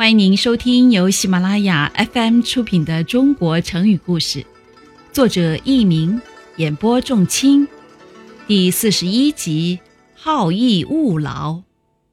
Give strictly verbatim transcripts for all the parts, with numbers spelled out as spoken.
欢迎您收听由喜马拉雅 F M 出品的中国成语故事，作者佚名，演播仲卿，第四十一集，好逸恶劳。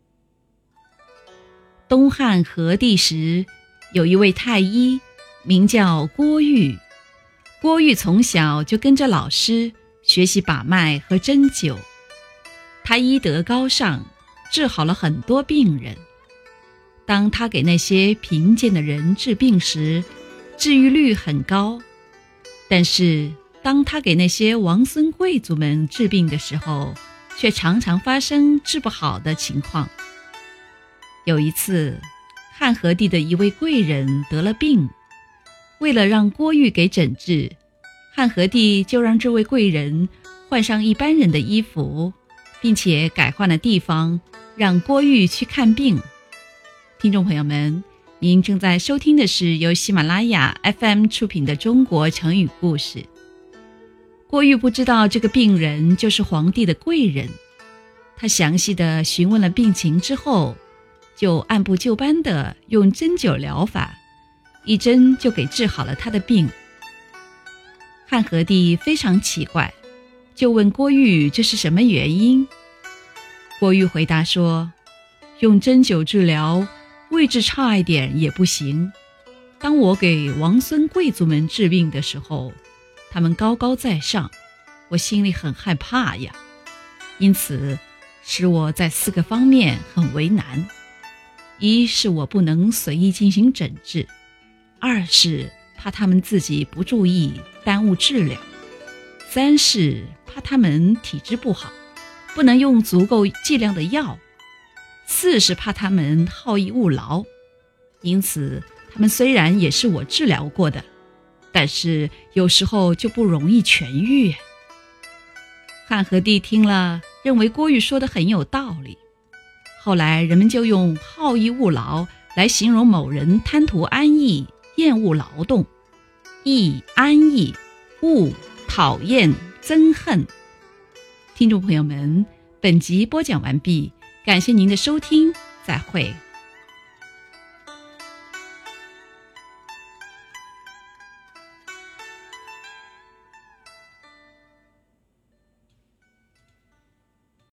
东汉和帝时，有一位太医，名叫郭玉。郭玉从小就跟着老师学习把脉和针灸，他医德高尚，治好了很多病人。当他给那些贫贱的人治病时，治愈率很高，但是当他给那些王孙贵族们治病的时候，却常常发生治不好的情况。有一次，汉和帝的一位贵人得了病，为了让郭玉给诊治，汉和帝就让这位贵人换上一般人的衣服，并且改换了地方，让郭玉去看病。听众朋友们，您正在收听的是由喜马拉雅 F M 出品的中国成语故事。郭玉不知道这个病人就是皇帝的贵人，他详细地询问了病情之后，就按部就班地用针灸疗法，一针就给治好了他的病。汉和帝非常奇怪，就问郭玉这是什么原因。郭玉回答说，用针灸治疗位置差一点也不行，当我给王孙贵族们治病的时候，他们高高在上，我心里很害怕呀，因此使我在四个方面很为难。一是我不能随意进行诊治，二是怕他们自己不注意耽误治疗，三是怕他们体质不好，不能用足够剂量的药，四是怕他们好逸恶劳，因此他们虽然也是我治疗过的，但是有时候就不容易痊愈。汉和帝听了，认为郭玉说的很有道理。后来人们就用好逸恶劳来形容某人贪图安逸，厌恶劳动。逸安逸，恶讨厌憎恨。听众朋友们，本集播讲完毕，感谢您的收听，再会。